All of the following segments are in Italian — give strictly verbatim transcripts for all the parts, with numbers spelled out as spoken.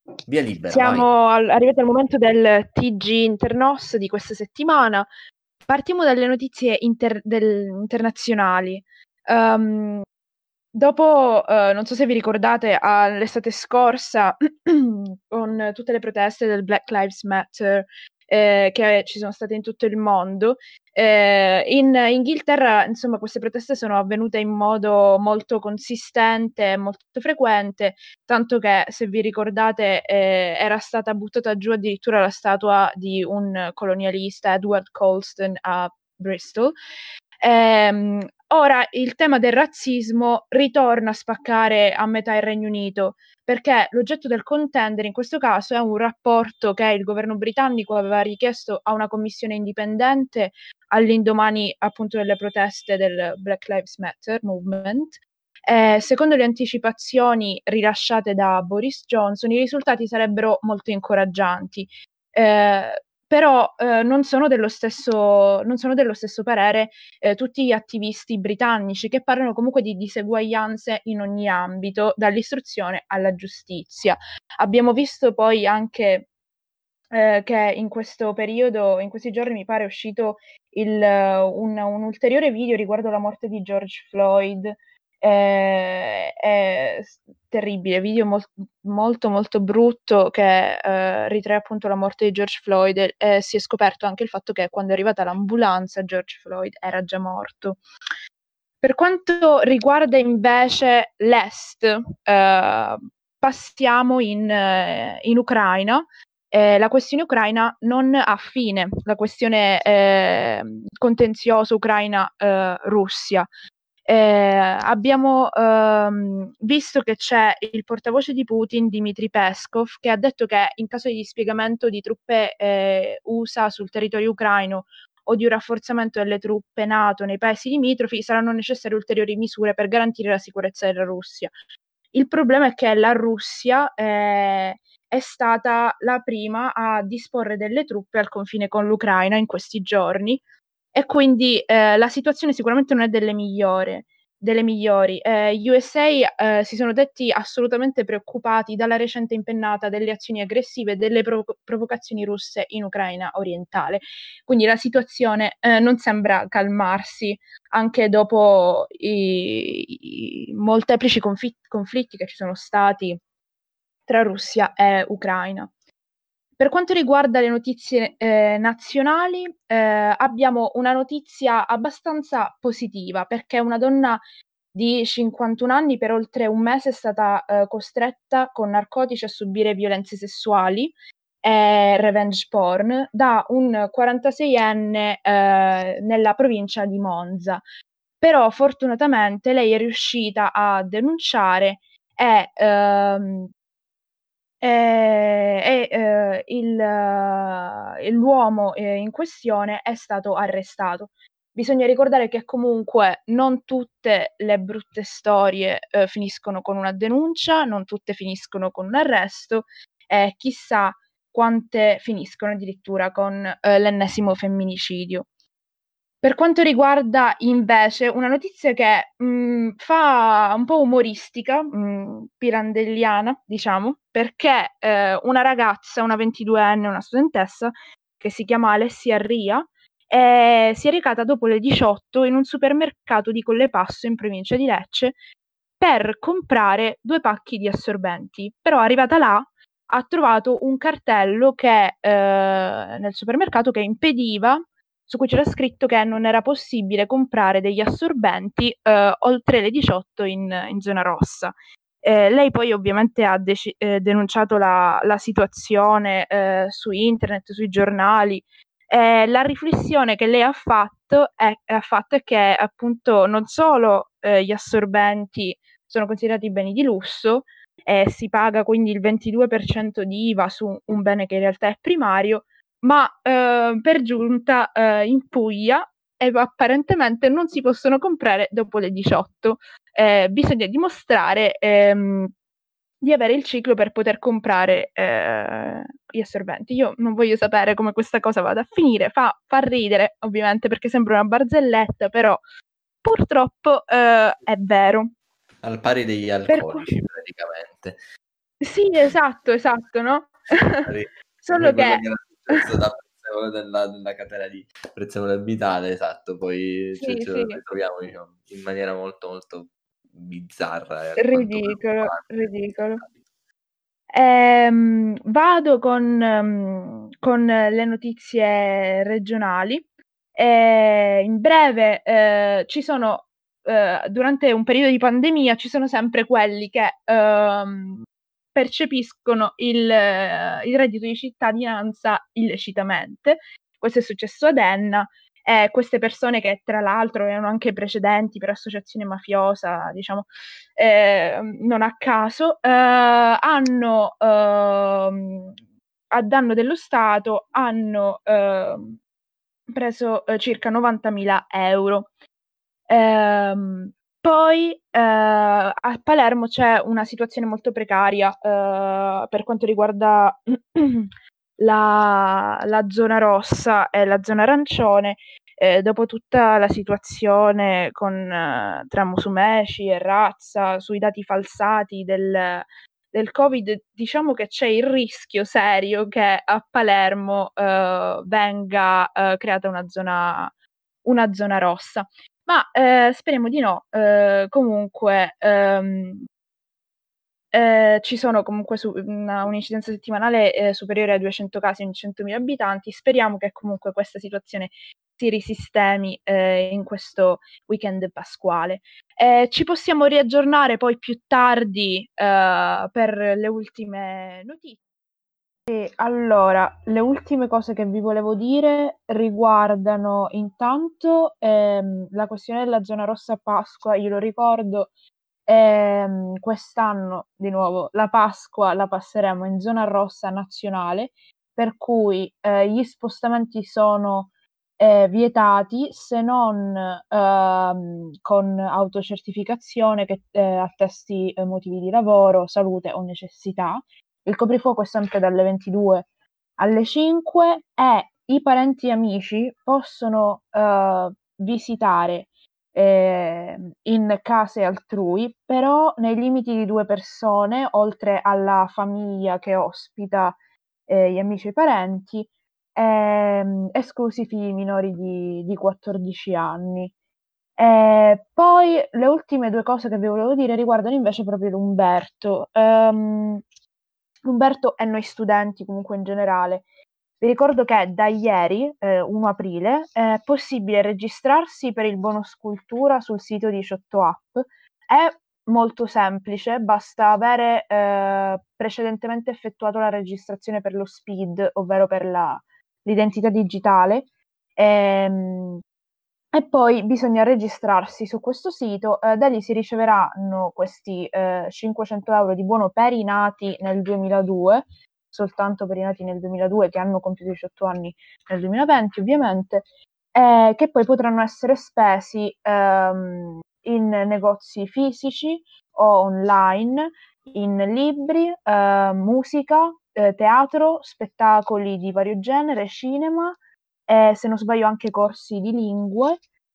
Via libera, vai. Siamo al- arrivati al momento del T G Internos di questa settimana. Partiamo dalle notizie inter- del- internazionali. Ehm, Dopo, eh, non so se vi ricordate, all'estate scorsa, con tutte le proteste del Black Lives Matter, eh, che ci sono state in tutto il mondo, eh, in Inghilterra, insomma, queste proteste sono avvenute in modo molto consistente, molto frequente, tanto che, se vi ricordate, eh, era stata buttata giù addirittura la statua di un colonialista, Edward Colston, a Bristol. Ehm, ora il tema del razzismo ritorna a spaccare a metà il Regno Unito, perché l'oggetto del contendere in questo caso è un rapporto che il governo britannico aveva richiesto a una commissione indipendente all'indomani appunto delle proteste del Black Lives Matter Movement. Eh, secondo le anticipazioni rilasciate da Boris Johnson, i risultati sarebbero molto incoraggianti. Eh, però eh, non sono dello stesso, non sono dello stesso parere eh, tutti gli attivisti britannici, che parlano comunque di diseguaglianze in ogni ambito, dall'istruzione alla giustizia. Abbiamo visto poi anche eh, che in questo periodo, in questi giorni, mi pare è uscito il, un, un ulteriore video riguardo la morte di George Floyd. Eh, è terribile, video mol- molto molto brutto, che eh, ritrae appunto la morte di George Floyd, e, e si è scoperto anche il fatto che quando è arrivata l'ambulanza George Floyd era già morto. Per quanto riguarda invece l'Est, eh, passiamo in, eh, in Ucraina. Eh, la questione ucraina non ha fine, la questione eh, contenziosa Ucraina-Russia. Eh, abbiamo ehm, visto che c'è il portavoce di Putin, Dmitry Peskov, che ha detto che in caso di dispiegamento di truppe eh, U S A sul territorio ucraino o di un rafforzamento delle truppe NATO nei paesi limitrofi, saranno necessarie ulteriori misure per garantire la sicurezza della Russia. Il problema è che la Russia eh, è stata la prima a disporre delle truppe al confine con l'Ucraina in questi giorni, e quindi eh, la situazione sicuramente non è delle migliori. Delle migliori. Eh, U S A eh, si sono detti assolutamente preoccupati dalla recente impennata delle azioni aggressive e delle provo- provocazioni russe in Ucraina orientale. Quindi la situazione eh, non sembra calmarsi anche dopo i, i molteplici conflitti, conflitti che ci sono stati tra Russia e Ucraina. Per quanto riguarda le notizie eh, nazionali, eh, abbiamo una notizia abbastanza positiva, perché una donna di cinquantuno anni per oltre un mese è stata eh, costretta con narcotici a subire violenze sessuali e revenge porn da un quarantaseienne eh, nella provincia di Monza. Però fortunatamente lei è riuscita a denunciare, e ehm, e, e, eh, il, eh, l'uomo eh, in questione è stato arrestato. Bisogna ricordare che comunque non tutte le brutte storie eh, finiscono con una denuncia, non tutte finiscono con un arresto, e chissà quante finiscono addirittura con eh, l'ennesimo femminicidio. Per quanto riguarda invece una notizia che mh, fa un po' umoristica, mh, pirandelliana, diciamo, perché eh, una ragazza, una ventiduenne, una studentessa, che si chiama Alessia Ria, eh, si è recata dopo le diciotto in un supermercato di Collepasso in provincia di Lecce per comprare due pacchi di assorbenti. Però arrivata là ha trovato un cartello che, eh, nel supermercato, che impediva, su cui c'era scritto che non era possibile comprare degli assorbenti eh, oltre le diciotto in, in zona rossa. Eh, lei poi ovviamente ha dec- eh, denunciato la, la situazione eh, su internet, sui giornali. Eh, la riflessione che lei ha fatto è, ha fatto è che appunto non solo eh, gli assorbenti sono considerati beni di lusso, e si paga quindi il ventidue per cento di I V A su un bene che in realtà è primario, ma eh, per giunta eh, in Puglia e apparentemente non si possono comprare dopo le diciotto. Eh, bisogna dimostrare ehm, di avere il ciclo per poter comprare eh, gli assorbenti. Io non voglio sapere come questa cosa vada a finire, fa, fa ridere ovviamente perché sembra una barzelletta, però purtroppo eh, è vero. Al pari degli Per, qu- alcolici praticamente. Sì, esatto, esatto, no? Sempre Solo quello che che era successo da Prezzemolo della della catena di Prezzemolo e Vitale, esatto, poi ce Sì, ce lo sì. ritroviamo diciamo in maniera molto, molto bizzarra e alquanto Ridicolo, preoccupante. ridicolo. Ehm, vado con mhmm, con le notizie regionali. Ehm, in breve, ehm, ci sono ehm, durante un periodo di pandemia ci sono sempre quelli che, uhm, percepiscono il il reddito di cittadinanza illecitamente. Questo è successo ad Enna e queste persone che tra l'altro avevano anche precedenti per associazione mafiosa, diciamo, ehm, non a caso, uhm, hanno, uhm, a danno dello Stato hanno, uhm, preso, uhm, circa novantamila euro. Ehm, poi, ehm, a Palermo c'è una situazione molto precaria, uhm, per quanto riguarda la la zona rossa e la zona arancione, ehm, dopo tutta la situazione con tra Musumeci e Razza, sui dati falsati del del Covid, diciamo che c'è il rischio serio che a Palermo, uhm, venga, uhm, creata una zona una zona rossa. Ma, ehm, speriamo di no. Uhm, comunque, ehm ehm, ci sono comunque su una un'incidenza settimanale, ehm, superiore ai duecento casi ogni centomila abitanti. Speriamo che comunque questa situazione si risistemi, ehm, in questo weekend pasquale. Ehm, ci possiamo riaggiornare poi più tardi, uhm, per le ultime noti sì, allora, le ultime cose che vi volevo dire riguardano intanto, ehm, la questione della zona rossa a Pasqua. Io lo ricordo, ehm, quest'anno di nuovo la Pasqua la passeremo in zona rossa nazionale, per cui, ehm, gli spostamenti sono, ehm, vietati se non, uhm, con autocertificazione che, ehm, attesti, ehm, motivi di lavoro, salute o necessità. Il coprifuoco è sempre dalle ventidue alle cinque e i parenti e amici possono, uhm, visitare, ehm, in case altrui, però nei limiti di due persone, oltre alla famiglia che ospita, ehm, gli amici e i parenti, ehm, esclusi i figli minori di di quattordici anni. Ehm, poi le ultime due cose che vi volevo dire riguardano invece proprio l'Umberto. Uhm, l'Umberto e noi studenti comunque in generale. Vi ricordo che da ieri, ehm, primo aprile, è possibile registrarsi per il bonus cultura sul sito di Ciotto App. È molto semplice, basta avere, ehm, precedentemente effettuato la registrazione per lo SPID, ovvero per la l'identità digitale, ehm, e poi bisogna registrarsi su questo sito, ehm, da lì si riceveranno questi, ehm, cinquecento euro di buono per i nati nel duemiladue, soltanto per i nati nel duemiladue che hanno compiuto diciotto anni nel duemilaventi ovviamente, ehm, che poi potranno essere spesi, ehm, in negozi fisici o online, in libri, ehm, musica, ehm, teatro, spettacoli di vario genere, cinema e se non sbaglio anche corsi di lingue.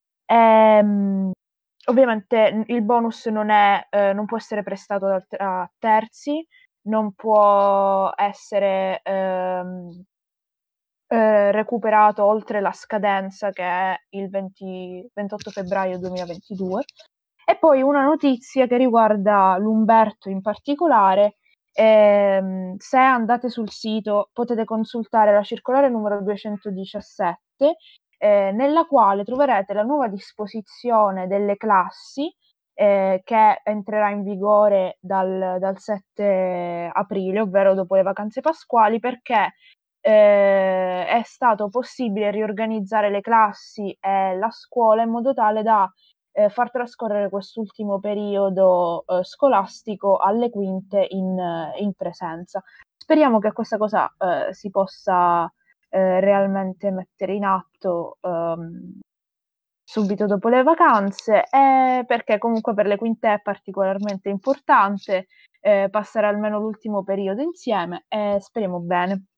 Ehm, ovviamente n il bonus non è ehm, non può essere prestato da t a terzi, non può essere, ehm ehm, recuperato oltre la scadenza che è il venti ventotto febbraio duemilaventidue. E poi una notizia che riguarda l'Umberto in particolare, ehm, se andate sul sito potete consultare la circolare numero duecentodiciassette, ehm, nella quale troverete la nuova disposizione delle classi, ehm, che entrerà in vigore dal dal sette aprile, ovvero dopo le vacanze pasquali, perché, ehm, è stato possibile riorganizzare le classi e la scuola in modo tale da, ehm, far trascorrere quest'ultimo periodo, uhm, scolastico alle quinte in in presenza. Speriamo che questa cosa, uhm, si possa, ehm, realmente mettere in atto, uhm, subito dopo le vacanze, ehm, perché comunque per le quinte è particolarmente importante, ehm, passare almeno l'ultimo periodo insieme e speriamo bene.